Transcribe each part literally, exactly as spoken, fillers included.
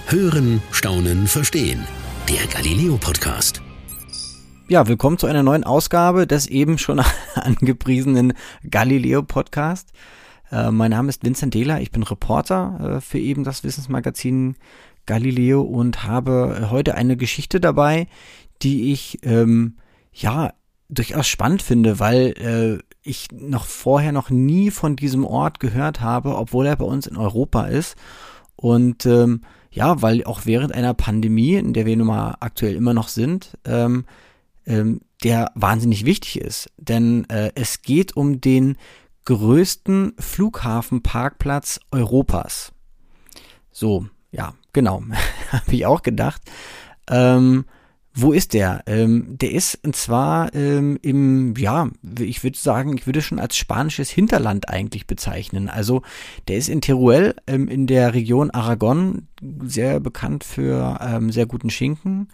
Hören, Staunen, Verstehen. Der Galileo-Podcast. Ja, willkommen zu einer neuen Ausgabe des eben schon angepriesenen Galileo-Podcast. Äh, mein Name ist Vincent Dehler, ich bin Reporter äh, für eben das Wissensmagazin Galileo und habe heute eine Geschichte dabei, die ich ähm, ja durchaus spannend finde, weil äh, ich noch vorher noch nie von diesem Ort gehört habe, obwohl er bei uns in Europa ist. Und ähm, ja, weil auch während einer Pandemie, in der wir nun mal aktuell immer noch sind, ähm, ähm, der wahnsinnig wichtig ist. Denn äh, es geht um den größten Flughafenparkplatz Europas. So, ja, genau, habe ich auch gedacht. Ähm, wo ist der? Ähm, der ist und zwar ähm, im, ja, ich würde sagen, ich würde schon als spanisches Hinterland eigentlich bezeichnen. Also der ist in Teruel ähm, in der Region Aragon, sehr bekannt für ähm, sehr guten Schinken.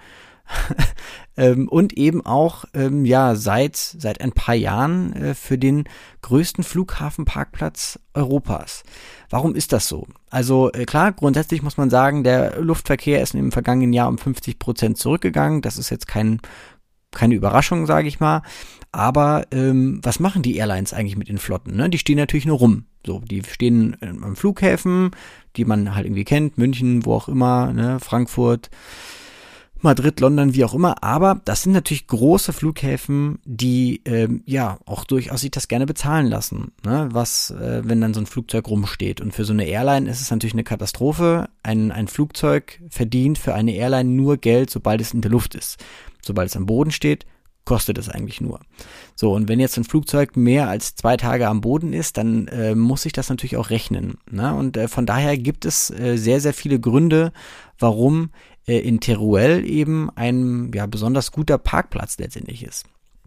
ähm, und eben auch ähm, ja seit seit ein paar Jahren äh, für den größten Flughafenparkplatz Europas. Warum ist das so? Also äh, klar, grundsätzlich muss man sagen, der Luftverkehr ist im vergangenen Jahr um fünfzig Prozent zurückgegangen. Das ist jetzt kein keine Überraschung, sage ich mal. Aber ähm, was machen die Airlines eigentlich mit den Flotten? Ne? Die stehen natürlich nur rum. So, die stehen ähm, am Flughäfen, die man halt irgendwie kennt, München, wo auch immer, ne, Frankfurt, Madrid, London, wie auch immer, aber das sind natürlich große Flughäfen, die ähm, ja auch durchaus sich das gerne bezahlen lassen, ne? Was, äh, wenn dann so ein Flugzeug rumsteht. Und für so eine Airline ist es natürlich eine Katastrophe. Ein, ein Flugzeug verdient für eine Airline nur Geld, sobald es in der Luft ist. Sobald es am Boden steht, kostet es eigentlich nur. So, und wenn jetzt ein Flugzeug mehr als zwei Tage am Boden ist, dann äh, muss sich das natürlich auch rechnen, ne? Und äh, von daher gibt es äh, sehr, sehr viele Gründe, warum in Teruel eben ein ja besonders guter Parkplatz letztendlich ist.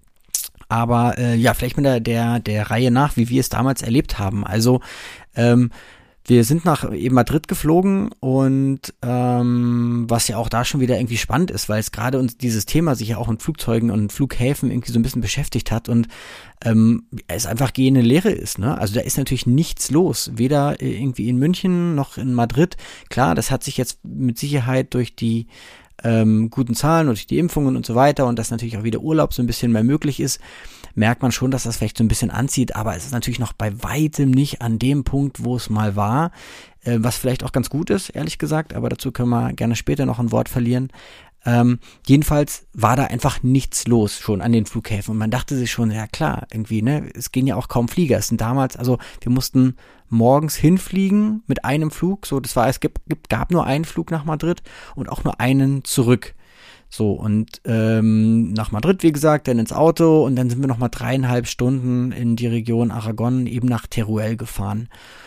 Aber äh, ja, vielleicht mit der, der der Reihe nach, wie wir es damals erlebt haben. Also ähm, wir sind nach eben Madrid geflogen und ähm, was ja auch da schon wieder irgendwie spannend ist, weil es gerade uns dieses Thema sich ja auch in Flugzeugen und Flughäfen irgendwie so ein bisschen beschäftigt hat und ähm, es einfach gehende Leere ist, ne? Also da ist natürlich nichts los, weder irgendwie in München noch in Madrid. Klar, das hat sich jetzt mit Sicherheit durch die ähm, guten Zahlen und durch die Impfungen und so weiter und dass natürlich auch wieder Urlaub so ein bisschen mehr möglich ist, merkt man schon, dass das vielleicht so ein bisschen anzieht, aber es ist natürlich noch bei weitem nicht an dem Punkt, wo es mal war, äh, was vielleicht auch ganz gut ist, ehrlich gesagt, aber dazu können wir gerne später noch ein Wort verlieren. Ähm, jedenfalls war da einfach nichts los schon an den Flughäfen und man dachte sich schon, ja klar, irgendwie, ne, es gehen ja auch kaum Flieger. Es sind damals, also wir mussten morgens hinfliegen mit einem Flug, so, das war, es gibt, gibt, gab nur einen Flug nach Madrid und auch nur einen zurück. So, und ähm, nach Madrid, wie gesagt, dann ins Auto und dann sind wir nochmal dreieinhalb Stunden in die Region Aragon, eben nach Teruel gefahren.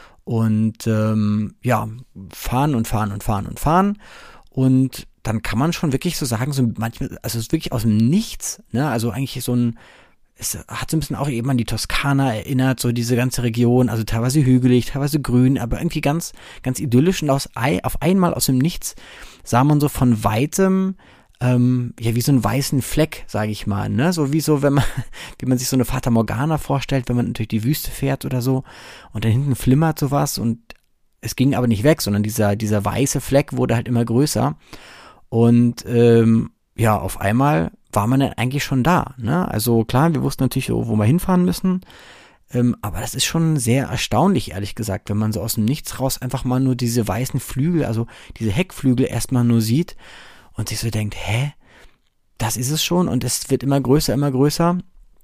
Und ähm, ja, fahren und fahren und fahren und fahren. Und dann kann man schon wirklich so sagen, so manchmal, also es ist wirklich aus dem Nichts, ne? Also eigentlich so ein, es hat so ein bisschen auch eben an die Toskana erinnert, so diese ganze Region, also teilweise hügelig, teilweise grün, aber irgendwie ganz, ganz idyllisch. Und aus, auf einmal aus dem Nichts sah man so von weitem, Ähm, ja, wie so einen weißen Fleck, sage ich mal, ne, so wie so, wenn man, wie man sich so eine Fata Morgana vorstellt, wenn man durch die Wüste fährt oder so und dann hinten flimmert sowas und es ging aber nicht weg, sondern dieser, dieser weiße Fleck wurde halt immer größer und ähm, ja, auf einmal war man dann eigentlich schon da, ne, also klar, wir wussten natürlich, wo wir hinfahren müssen, ähm, aber das ist schon sehr erstaunlich, ehrlich gesagt, wenn man so aus dem Nichts raus einfach mal nur diese weißen Flügel, also diese Heckflügel erstmal nur sieht und sich so denkt, hä, das ist es schon und es wird immer größer, immer größer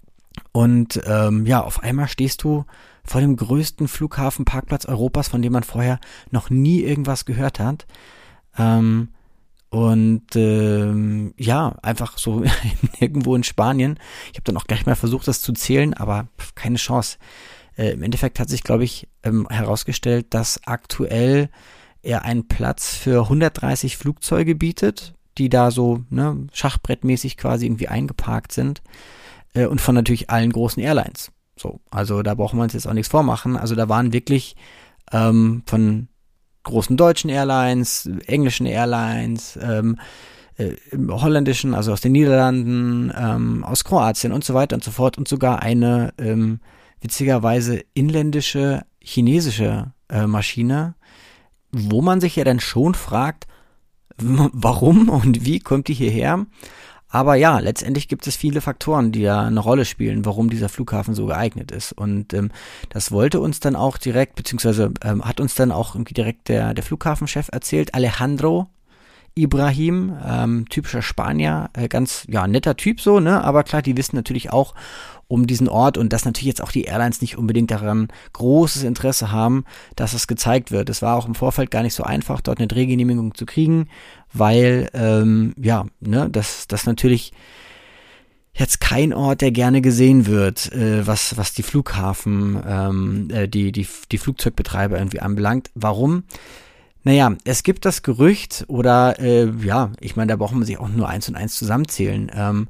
und ähm, ja, auf einmal stehst du vor dem größten Flughafenparkplatz Europas, von dem man vorher noch nie irgendwas gehört hat ähm, und ähm, ja, einfach so irgendwo in Spanien. Ich habe dann auch gleich mal versucht, das zu zählen, aber keine Chance. Äh, im Endeffekt hat sich, glaube ich, ähm, herausgestellt, dass aktuell er einen Platz für hundertdreißig Flugzeuge bietet, die da so ne, schachbrettmäßig quasi irgendwie eingeparkt sind äh, und von natürlich allen großen Airlines. So, also da brauchen wir uns jetzt auch nichts vormachen. Also da waren wirklich ähm, von großen deutschen Airlines, englischen Airlines, ähm, äh, holländischen, also aus den Niederlanden, ähm, aus Kroatien und so weiter und so fort und sogar eine ähm, witzigerweise inländische chinesische äh, Maschine, wo man sich ja dann schon fragt, warum und wie kommt die hierher? Aber ja, letztendlich gibt es viele Faktoren, die da eine Rolle spielen, warum dieser Flughafen so geeignet ist. Und ähm, das wollte uns dann auch direkt, beziehungsweise ähm, hat uns dann auch irgendwie direkt der, der Flughafenchef erzählt, Alejandro Ibrahim, ähm, typischer Spanier, äh, ganz ja netter Typ so, ne? Aber klar, die wissen natürlich auch um diesen Ort und dass natürlich jetzt auch die Airlines nicht unbedingt daran großes Interesse haben, dass es gezeigt wird. Es war auch im Vorfeld gar nicht so einfach, dort eine Drehgenehmigung zu kriegen, weil ähm, ja, ne, das das natürlich jetzt kein Ort, der gerne gesehen wird, äh, was was die Flughafen, ähm, äh, die die die Flugzeugbetreiber irgendwie anbelangt. Warum? Naja, es gibt das Gerücht oder äh, ja, ich meine, da braucht man sich auch nur eins und eins zusammenzählen. Ähm,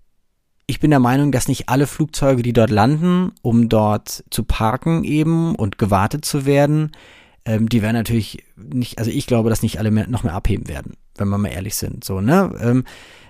ich bin der Meinung, dass nicht alle Flugzeuge, die dort landen, um dort zu parken eben und gewartet zu werden, ähm, die werden natürlich nicht, also ich glaube, dass nicht alle mehr, noch mehr abheben werden, wenn wir mal ehrlich sind. So, ne? Ähm,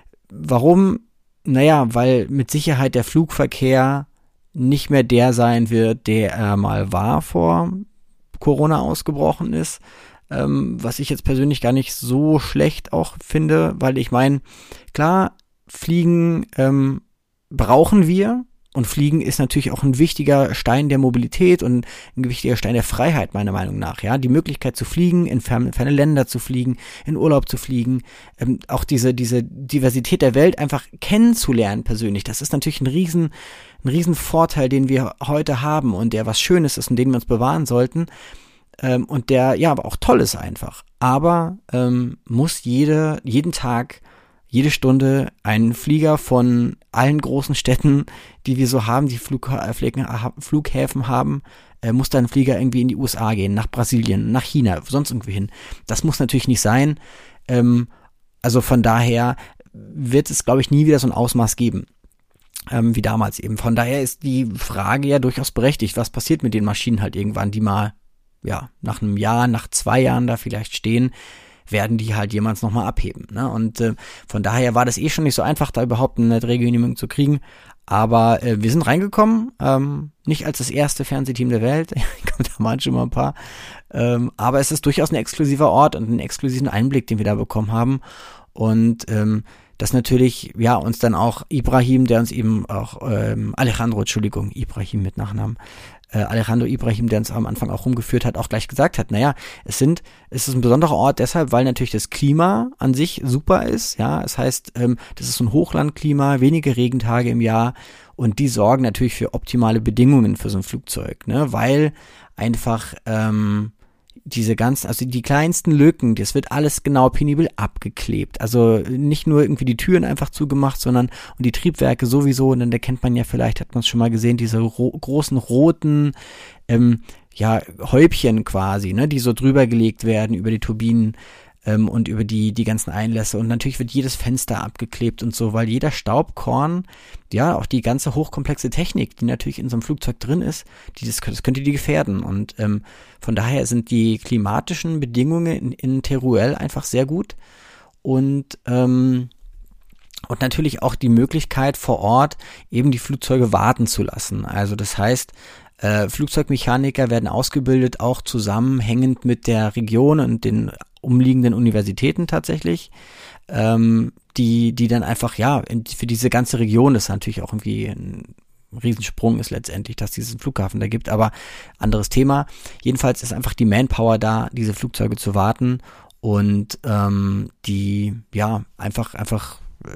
warum? Naja, weil mit Sicherheit der Flugverkehr nicht mehr der sein wird, der er mal war, vor Corona ausgebrochen ist. Ähm, was ich jetzt persönlich gar nicht so schlecht auch finde, weil ich meine, klar, Fliegen ähm, brauchen wir und Fliegen ist natürlich auch ein wichtiger Stein der Mobilität und ein wichtiger Stein der Freiheit, meiner Meinung nach. Ja, die Möglichkeit zu fliegen, in ferne, ferne Länder zu fliegen, in Urlaub zu fliegen, ähm, auch diese diese Diversität der Welt einfach kennenzulernen persönlich. Das ist natürlich ein riesen ein riesen Vorteil, den wir heute haben und der was Schönes ist und den wir uns bewahren sollten. Ähm, und der, ja, aber auch toll ist einfach. Aber ähm, muss jede, jeden Tag, jede Stunde ein Flieger von allen großen Städten, die wir so haben, die Flugha- Flughäfen haben, äh, muss dann ein Flieger irgendwie in die U S A gehen, nach Brasilien, nach China, sonst irgendwie hin. Das muss natürlich nicht sein. Ähm, also von daher wird es, glaube ich, nie wieder so ein Ausmaß geben. Ähm, wie damals eben. Von daher ist die Frage ja durchaus berechtigt. Was passiert mit den Maschinen halt irgendwann, die mal ja, nach einem Jahr, nach zwei Jahren da vielleicht stehen, werden die halt jemals nochmal abheben. Ne? Und äh, von daher war das eh schon nicht so einfach, da überhaupt eine Drehgenehmigung zu kriegen. Aber äh, wir sind reingekommen, ähm, nicht als das erste Fernsehteam der Welt, da waren schon mal ein paar, ähm, aber es ist durchaus ein exklusiver Ort und einen exklusiven Einblick, den wir da bekommen haben. Und ähm, das natürlich, ja, uns dann auch Ibrahim, der uns eben auch, ähm, Alejandro, Entschuldigung, Ibrahim mit Nachnamen, äh, Alejandro Ibrahim, der uns am Anfang auch rumgeführt hat, auch gleich gesagt hat, naja, es sind, es ist ein besonderer Ort deshalb, weil natürlich das Klima an sich super ist, ja, es heißt, ähm, das ist so ein Hochlandklima, wenige Regentage im Jahr und die sorgen natürlich für optimale Bedingungen für so ein Flugzeug, ne, weil einfach, ähm, diese ganzen, also die kleinsten Lücken, das wird alles genau penibel abgeklebt. Also nicht nur irgendwie die Türen einfach zugemacht, sondern und die Triebwerke sowieso. Und dann kennt man ja vielleicht, hat man es schon mal gesehen, diese ro- großen roten ähm, ja Häubchen quasi, ne, die so drüber gelegt werden über die Turbinen ähm, und über die die ganzen Einlässe. Und natürlich wird jedes Fenster abgeklebt und so, weil jeder Staubkorn, ja, auch die ganze hochkomplexe Technik, die natürlich in so einem Flugzeug drin ist, die das, das könnte die gefährden. Und ähm, von daher sind die klimatischen Bedingungen in, in Teruel einfach sehr gut. Und ähm, und natürlich auch die Möglichkeit vor Ort eben die Flugzeuge warten zu lassen. Also das heißt, äh, Flugzeugmechaniker werden ausgebildet, auch zusammenhängend mit der Region und den umliegenden Universitäten tatsächlich, ähm, die die dann einfach, ja, in, für diese ganze Region, das ist natürlich auch irgendwie ein Riesensprung ist letztendlich, dass es diesen Flughafen da gibt, aber anderes Thema. Jedenfalls ist einfach die Manpower da, diese Flugzeuge zu warten und ähm, die, ja, einfach, einfach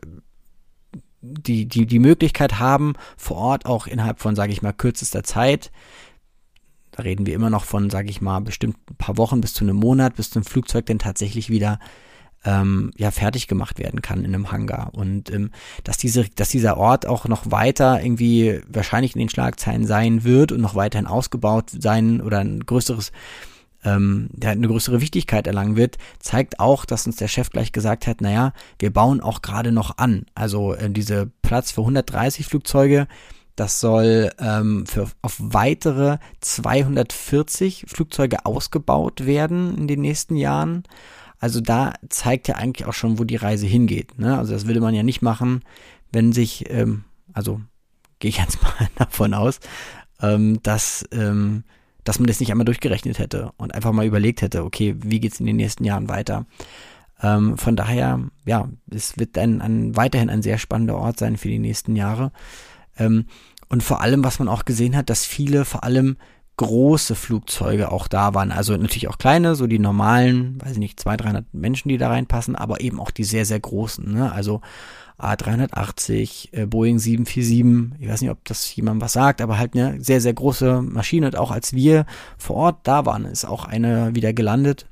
die, die, die Möglichkeit haben, vor Ort auch innerhalb von, sage ich mal, kürzester Zeit, da reden wir immer noch von, sage ich mal, bestimmt ein paar Wochen bis zu einem Monat, bis zum Flugzeug dann tatsächlich wieder ähm, ja fertig gemacht werden kann in einem Hangar. Und ähm, dass diese, dass dieser Ort auch noch weiter irgendwie wahrscheinlich in den Schlagzeilen sein wird und noch weiterhin ausgebaut sein oder ein größeres, ähm, der eine größere Wichtigkeit erlangen wird, zeigt auch, dass uns der Chef gleich gesagt hat, naja, wir bauen auch gerade noch an. Also äh, diese Platz für hundertdreißig Flugzeuge, das soll ähm, für auf weitere zweihundertvierzig Flugzeuge ausgebaut werden in den nächsten Jahren. Also da zeigt ja eigentlich auch schon, wo die Reise hingeht. Ne? Also das würde man ja nicht machen, wenn sich, ähm, also gehe ich jetzt mal davon aus, ähm, dass, ähm, dass man das nicht einmal durchgerechnet hätte und einfach mal überlegt hätte, okay, wie geht's in den nächsten Jahren weiter? Ähm, von daher, ja, es wird ein, ein weiterhin ein sehr spannender Ort sein für die nächsten Jahre. Ähm, und vor allem, was man auch gesehen hat, dass viele, vor allem große Flugzeuge auch da waren. Also natürlich auch kleine, so die normalen, weiß ich nicht, zweihundert, dreihundert Menschen, die da reinpassen, aber eben auch die sehr, sehr großen, ne? Also A drei achtzig, äh, Boeing sieben vier sieben, ich weiß nicht, ob das jemand was sagt, aber halt eine sehr, sehr große Maschine. Und auch als wir vor Ort da waren, ist auch eine wieder gelandet.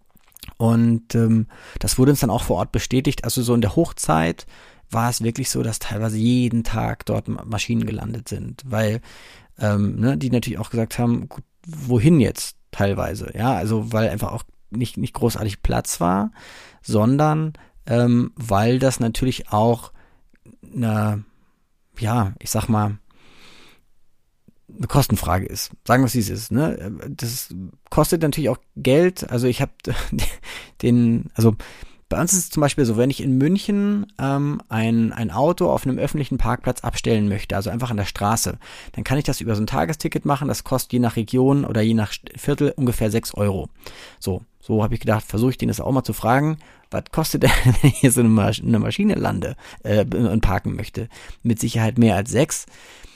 Und ähm, das wurde uns dann auch vor Ort bestätigt. Also so in der Hochzeit war es wirklich so, dass teilweise jeden Tag dort Maschinen gelandet sind, weil ähm, ne, die natürlich auch gesagt haben, gut, wohin jetzt teilweise, ja, also weil einfach auch nicht nicht großartig Platz war, sondern ähm, weil das natürlich auch eine, ja, ich sag mal, eine Kostenfrage ist. Sagen wir es, wie es ist, ne? Das kostet natürlich auch Geld. Also ich habe den, also bei uns ist es zum Beispiel so, wenn ich in München ähm, ein, ein Auto auf einem öffentlichen Parkplatz abstellen möchte, also einfach an der Straße, dann kann ich das über so ein Tagesticket machen. Das kostet je nach Region oder je nach Viertel ungefähr sechs Euro. So, so habe ich gedacht, versuche ich den das auch mal zu fragen, was kostet denn, wenn ich hier so eine, Masch- eine Maschine lande äh, und parken möchte? Mit Sicherheit mehr als sechs.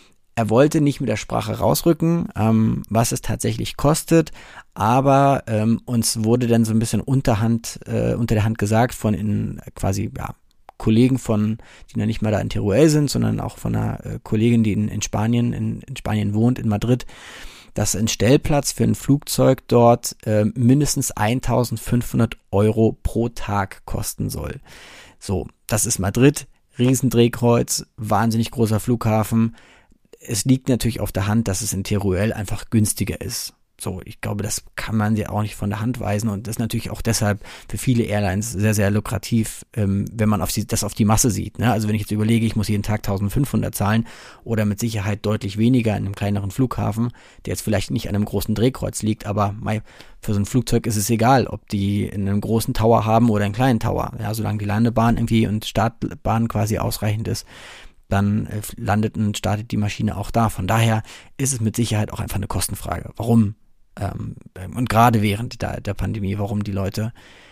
Er wollte nicht mit der Sprache rausrücken, ähm, was es tatsächlich kostet, aber ähm, uns wurde dann so ein bisschen unterhand, äh, unter der Hand gesagt von in, quasi ja, Kollegen von, die noch nicht mal da in Teruel sind, sondern auch von einer äh, Kollegin, die in, in Spanien, in, in Spanien wohnt, in Madrid, dass ein Stellplatz für ein Flugzeug dort äh, mindestens eintausendfünfhundert Euro pro Tag kosten soll. So, das ist Madrid, Riesendrehkreuz, wahnsinnig großer Flughafen. Es liegt natürlich auf der Hand, dass es in Teruel einfach günstiger ist. So, ich glaube, das kann man ja auch nicht von der Hand weisen und das ist natürlich auch deshalb für viele Airlines sehr, sehr lukrativ, ähm, wenn man auf die, das auf die Masse sieht. Ne? Also wenn ich jetzt überlege, ich muss jeden Tag eintausendfünfhundert zahlen oder mit Sicherheit deutlich weniger in einem kleineren Flughafen, der jetzt vielleicht nicht an einem großen Drehkreuz liegt, aber mei, für so ein Flugzeug ist es egal, ob die in einem großen Tower haben oder einen kleinen Tower. Ja, solange die Landebahn irgendwie und Startbahn quasi ausreichend ist, dann äh, landet und startet die Maschine auch da. Von daher ist es mit Sicherheit auch einfach eine Kostenfrage. Warum? Ähm, und gerade während der, der Pandemie, warum die Leute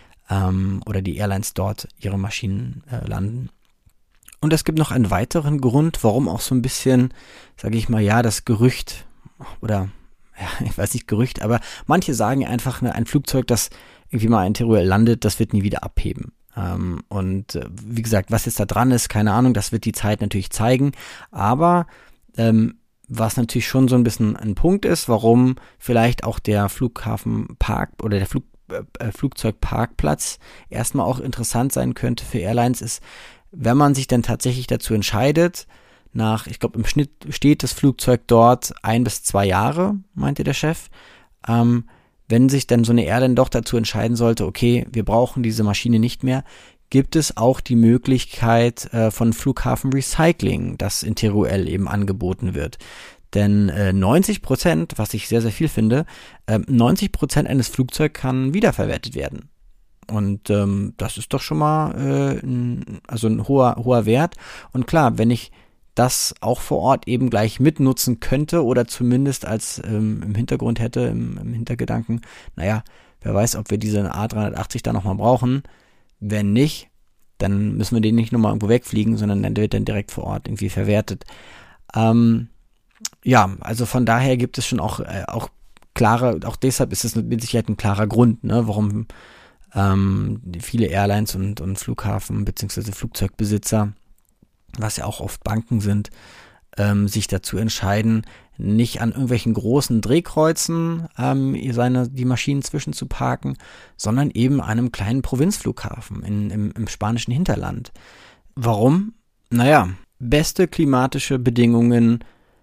ähm, oder die Airlines dort ihre Maschinen äh, landen. Und es gibt noch einen weiteren Grund, warum auch so ein bisschen, sage ich mal, ja, das Gerücht oder, ja, ich weiß nicht Gerücht, aber manche sagen einfach, ne, ein Flugzeug, das irgendwie mal in Teruel landet, das wird nie wieder abheben. Ähm, und äh, wie gesagt, was jetzt da dran ist, keine Ahnung, das wird die Zeit natürlich zeigen, aber ähm, was natürlich schon so ein bisschen ein Punkt ist, warum vielleicht auch der Flughafenpark oder der Flug, äh, Flugzeugparkplatz erstmal auch interessant sein könnte für Airlines, ist, wenn man sich dann tatsächlich dazu entscheidet, nach, ich glaube im Schnitt steht das Flugzeug dort ein bis zwei Jahre, meinte der Chef, ähm, wenn sich dann so eine Airline doch dazu entscheiden sollte, okay, wir brauchen diese Maschine nicht mehr, gibt es auch die Möglichkeit äh, von Flughafenrecycling, das in Teruel eben angeboten wird. Denn äh, neunzig Prozent, was ich sehr, sehr viel finde, äh, neunzig Prozent eines Flugzeugs kann wiederverwertet werden. Und ähm, das ist doch schon mal äh, ein, also ein hoher, hoher Wert. Und klar, wenn ich das auch vor Ort eben gleich mitnutzen könnte oder zumindest als ähm, im Hintergrund hätte, im, im Hintergedanken, naja, wer weiß, ob wir diese A drei achtzig da nochmal brauchen. Wenn nicht, dann müssen wir den nicht nochmal irgendwo wegfliegen, sondern dann wird dann direkt vor Ort irgendwie verwertet. Ähm, ja, also von daher gibt es schon auch, äh, auch klare, auch deshalb ist es mit Sicherheit ein klarer Grund, ne, warum ähm, viele Airlines und, und Flughafen bzw. Flugzeugbesitzer, was ja auch oft Banken sind, ähm, sich dazu entscheiden, nicht an irgendwelchen großen Drehkreuzen ähm, seine, die Maschinen zwischen zu parken, sondern eben an einem kleinen Provinzflughafen in, im, im spanischen Hinterland. Warum? Naja, beste klimatische Bedingungen,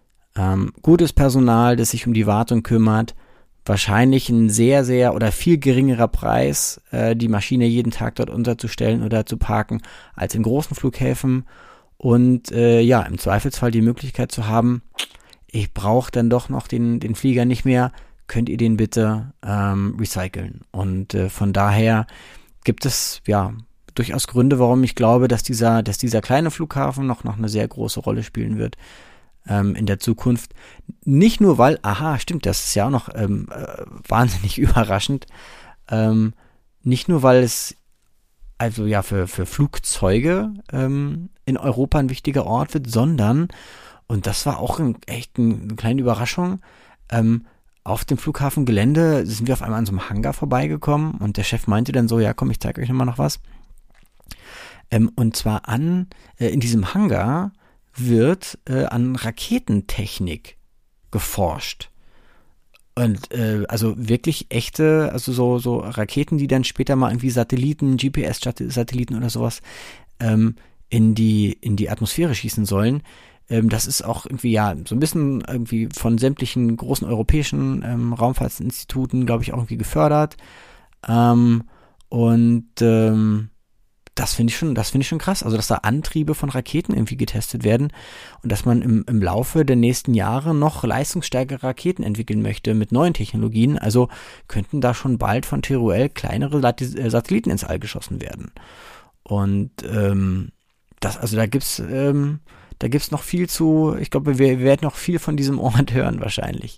ähm, gutes Personal, das sich um die Wartung kümmert, wahrscheinlich ein sehr, sehr oder viel geringerer Preis, äh, die Maschine jeden Tag dort unterzustellen oder zu parken, als in großen Flughäfen. Und äh, ja, im Zweifelsfall die Möglichkeit zu haben, ich brauche dann doch noch den, den Flieger nicht mehr, könnt ihr den bitte ähm, recyceln. Und äh, von daher gibt es ja durchaus Gründe, warum ich glaube, dass dieser, dass dieser kleine Flughafen noch, noch eine sehr große Rolle spielen wird ähm, in der Zukunft. Nicht nur, weil, aha, stimmt, das ist ja auch noch ähm, äh, wahnsinnig überraschend, ähm, nicht nur, weil es also ja für, für Flugzeuge ähm, in Europa ein wichtiger Ort wird, sondern, und das war auch ein, echt ein, eine kleine Überraschung, ähm, auf dem Flughafengelände sind wir auf einmal an so einem Hangar vorbeigekommen und der Chef meinte dann so, ja komm, ich zeige euch nochmal noch was. Ähm, und zwar an, äh, in diesem Hangar wird äh, an Raketentechnik geforscht. Und äh, also wirklich echte, also so so Raketen, die dann später mal irgendwie Satelliten, G P S-Satelliten oder sowas ähm, in die in die Atmosphäre schießen sollen. Ähm, das ist auch irgendwie ja so ein bisschen irgendwie von sämtlichen großen europäischen ähm, Raumfahrtsinstituten, glaube ich, auch irgendwie gefördert. Ähm, und ähm, Das finde ich schon, das finde ich schon krass. Also, dass da Antriebe von Raketen irgendwie getestet werden und dass man im, im Laufe der nächsten Jahre noch leistungsstärkere Raketen entwickeln möchte mit neuen Technologien. Also könnten da schon bald von T R U L kleinere Satelliten ins All geschossen werden. Und ähm, das, also da gibt's, ähm, da gibt's noch viel zu. Ich glaube, wir, wir werden noch viel von diesem Ort hören wahrscheinlich.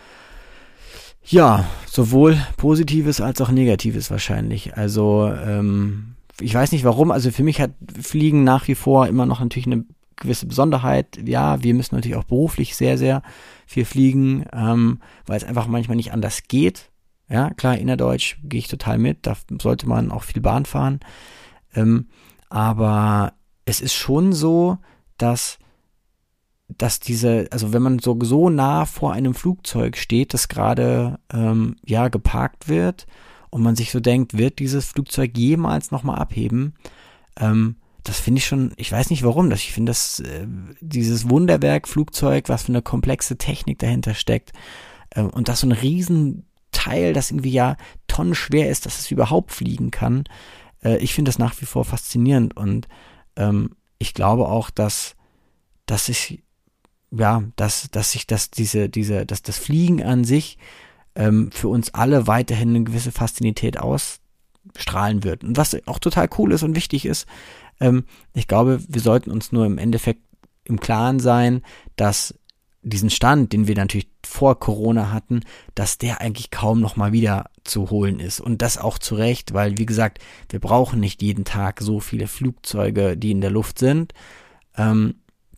Ja, sowohl Positives als auch Negatives wahrscheinlich. Also ähm, ich weiß nicht warum, also für mich hat Fliegen nach wie vor immer noch natürlich eine gewisse Besonderheit. Ja, wir müssen natürlich auch beruflich sehr, sehr viel fliegen, ähm, weil es einfach manchmal nicht anders geht. Ja, klar, innerdeutsch gehe ich total mit, da sollte man auch viel Bahn fahren. Ähm, aber es ist schon so, dass dass diese, also wenn man so, so nah vor einem Flugzeug steht, das gerade ähm, ja geparkt wird, und man sich so denkt, wird dieses Flugzeug jemals nochmal abheben? Ähm, das finde ich schon, ich weiß nicht warum, das, ich finde das, äh, dieses Wunderwerk Flugzeug, was für eine komplexe Technik dahinter steckt, äh, und das so ein Riesenteil, das irgendwie ja tonnenschwer ist, dass es überhaupt fliegen kann. Äh, ich finde das nach wie vor faszinierend und ähm, ich glaube auch, dass, dass ich, ja, dass, dass sich das, diese, diese, dass das Fliegen an sich für uns alle weiterhin eine gewisse Faszinität ausstrahlen wird. Und was auch total cool ist und wichtig ist, ähm, ich glaube, wir sollten uns nur im Endeffekt im Klaren sein, dass diesen Stand, den wir natürlich vor Corona hatten, dass der eigentlich kaum noch mal wieder zu holen ist. Und das auch zu Recht, weil, wie gesagt, wir brauchen nicht jeden Tag so viele Flugzeuge, die in der Luft sind. Ähm,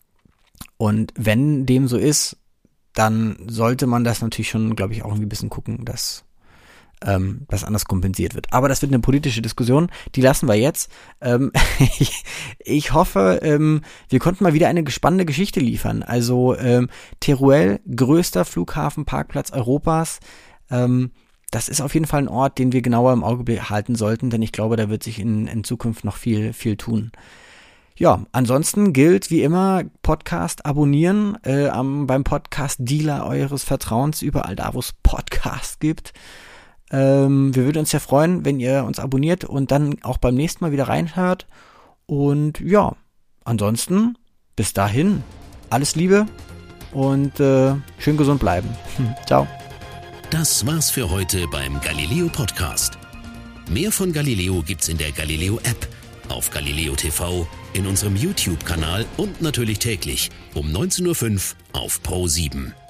und wenn dem so ist, dann sollte man das natürlich schon, glaube ich, auch irgendwie ein bisschen gucken, dass ähm, das anders kompensiert wird. Aber das wird eine politische Diskussion, die lassen wir jetzt. Ähm, ich, ich hoffe, ähm, wir konnten mal wieder eine spannende Geschichte liefern. Also ähm, Teruel, größter Flughafenparkplatz Europas. Ähm, das ist auf jeden Fall ein Ort, den wir genauer im Auge behalten sollten, denn ich glaube, da wird sich in, in Zukunft noch viel, viel tun. Ja, ansonsten gilt wie immer Podcast abonnieren äh, am, beim Podcast-Dealer eures Vertrauens, überall da, wo es Podcasts gibt. Ähm, wir würden uns ja freuen, wenn ihr uns abonniert und dann auch beim nächsten Mal wieder reinhört. Und ja, ansonsten bis dahin alles Liebe und äh, schön gesund bleiben. Ciao. Das war's für heute beim Galileo Podcast. Mehr von Galileo gibt's in der Galileo App, auf Galileo T V, in unserem YouTube-Kanal und natürlich täglich um neunzehn Uhr fünf auf Pro sieben.